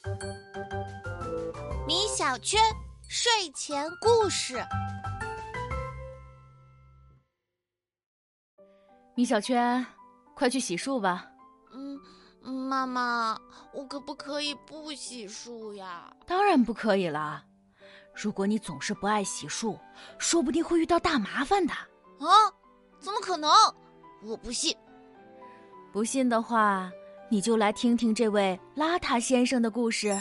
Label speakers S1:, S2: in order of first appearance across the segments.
S1: 米小圈睡前故事。
S2: 米小圈，快去洗漱吧。
S1: 妈妈，我可不可以不洗漱呀？
S2: 当然不可以了。如果你总是不爱洗漱，说不定会遇到大麻烦的。
S1: 啊？怎么可能？我不信。
S2: 不信的话，你就来听听这位邋遢先生的故事。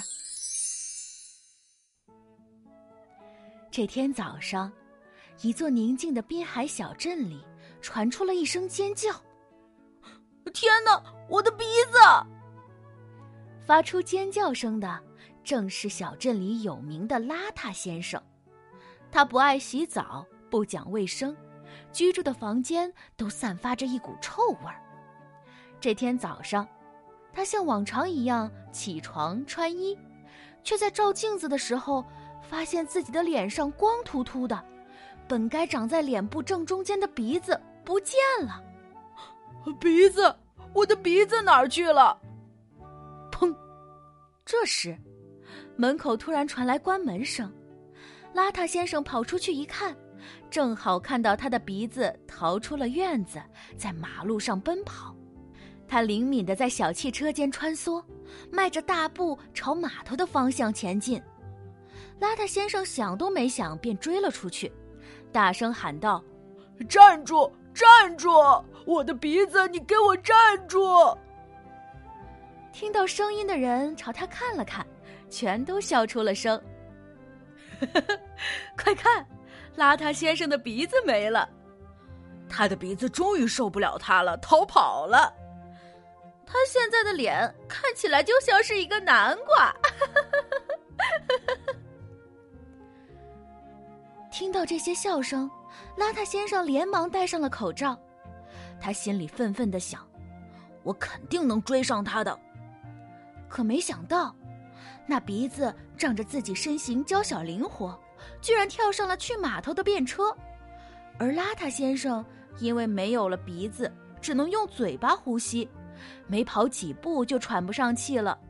S2: 这天早上，一座宁静的滨海小镇里传出了一声尖叫。
S3: 天哪，我的鼻子！
S2: 发出尖叫声的正是小镇里有名的邋遢先生。他不爱洗澡，不讲卫生，居住的房间都散发着一股臭味儿。这天早上，他像往常一样起床穿衣，却在照镜子的时候发现自己的脸上光秃秃的，本该长在脸部正中间的鼻子不见了。
S3: 鼻子，我的鼻子哪儿去了？
S2: 砰！这时，门口突然传来关门声。邋遢先生跑出去一看，正好看到他的鼻子逃出了院子，在马路上奔跑。他灵敏地在小汽车间穿梭，迈着大步朝码头的方向前进。邋遢先生想都没想便追了出去，大声喊道：
S3: 站住！站住！我的鼻子，你给我站住！
S2: 听到声音的人朝他看了看，全都笑出了声。快看，邋遢先生的鼻子没了。
S3: 他的鼻子终于受不了他了，逃跑了。
S2: 他现在的脸看起来就像是一个南瓜。听到这些笑声，邋遢先生连忙戴上了口罩。他心里愤愤地想，我肯定能追上他的。可没想到，那鼻子仗着自己身形娇小灵活，居然跳上了去码头的便车。而邋遢先生因为没有了鼻子，只能用嘴巴呼吸，没跑几步就喘不上气了。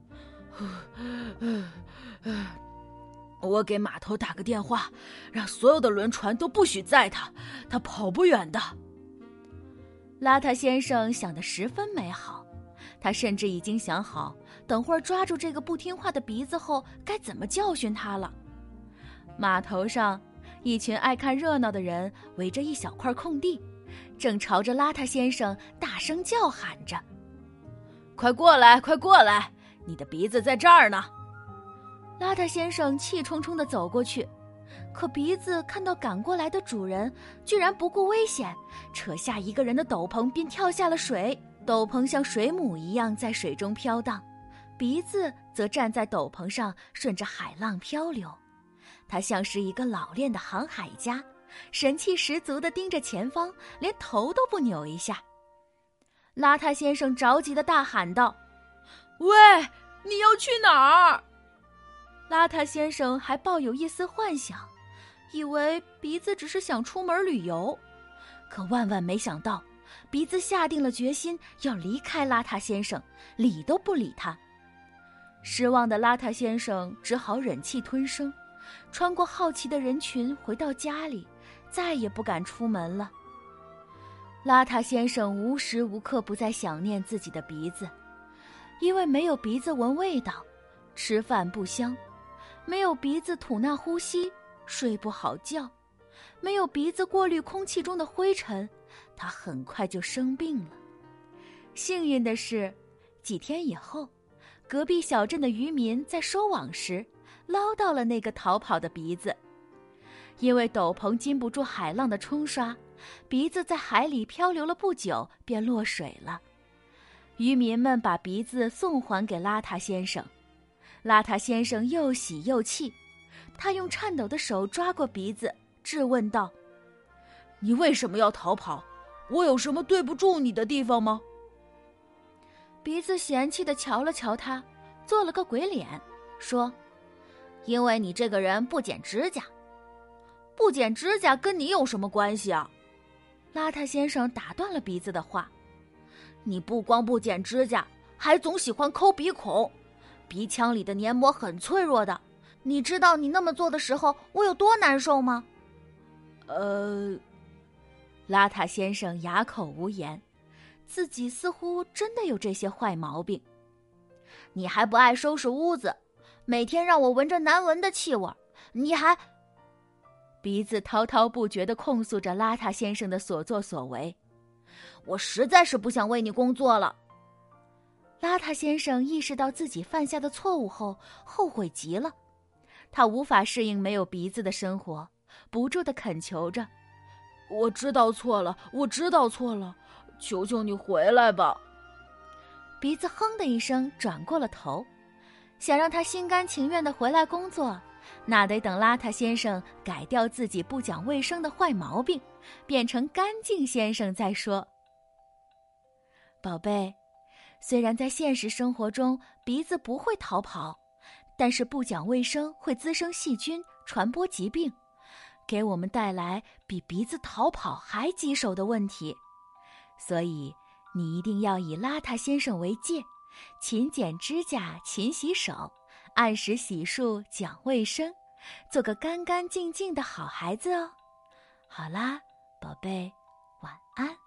S3: 我给码头打个电话，让所有的轮船都不许载他，他跑不远的。
S2: 邋遢先生想得十分美好，他甚至已经想好，等会儿抓住这个不听话的鼻子后该怎么教训他了。码头上，一群爱看热闹的人围着一小块空地，正朝着邋遢先生大声叫喊着：
S3: 快过来，快过来，你的鼻子在这儿呢。
S2: 邋遢先生气冲冲地走过去，可鼻子看到赶过来的主人，居然不顾危险，扯下一个人的斗篷便跳下了水。斗篷像水母一样在水中飘荡，鼻子则站在斗篷上顺着海浪漂流。他像是一个老练的航海家，神气十足地盯着前方，连头都不扭一下。邋遢先生着急地大喊道：
S3: 喂，你要去哪儿？
S2: 邋遢先生还抱有一丝幻想，以为鼻子只是想出门旅游，可万万没想到，鼻子下定了决心要离开邋遢先生，理都不理他。失望的邋遢先生只好忍气吞声，穿过好奇的人群回到家里，再也不敢出门了。邋遢先生无时无刻不在想念自己的鼻子，因为没有鼻子闻味道，吃饭不香，没有鼻子吐纳呼吸，睡不好觉，没有鼻子过滤空气中的灰尘，他很快就生病了。幸运的是，几天以后，隔壁小镇的渔民在收网时捞到了那个逃跑的鼻子。因为斗篷经不住海浪的冲刷，鼻子在海里漂流了不久便落水了。渔民们把鼻子送还给邋遢先生。邋遢先生又喜又气，他用颤抖的手抓过鼻子，质问道：
S3: 你为什么要逃跑？我有什么对不住你的地方吗？
S2: 鼻子嫌弃地瞧了瞧他，做了个鬼脸，说：因为你这个人不剪指甲。不剪指甲跟你有什么关系啊？邋遢先生打断了鼻子的话：你不光不剪指甲，还总喜欢抠鼻孔， 鼻腔里的黏膜很脆弱的。你知道你那么做的时候我有多难受吗？
S3: 邋遢先生哑口无言，自己似乎真的有这些坏毛病。
S2: 你还不爱收拾屋子，每天让我闻着难闻的气味，你还……
S3: 鼻子滔滔不绝地控诉着邋遢先生的所作所为。
S2: 我实在是不想为你工作了。
S3: 邋遢先生意识到自己犯下的错误后，后悔极了。他无法适应没有鼻子的生活，不住地恳求着：“我知道错了，我知道错了，求求你回来吧。”
S2: 鼻子哼的一声转过了头，想让他心甘情愿地回来工作，那得等邋遢先生改掉自己不讲卫生的坏毛病，变成干净先生再说。
S3: 宝贝，虽然在现实生活中鼻子不会逃跑，但是不讲卫生会滋生细菌，传播疾病，给我们带来比鼻子逃跑还棘手的问题。所以你一定要以邋遢先生为戒，勤剪指甲，勤洗手，按时洗漱，讲卫生，做个干干净净的好孩子哦。好啦，宝贝，晚安。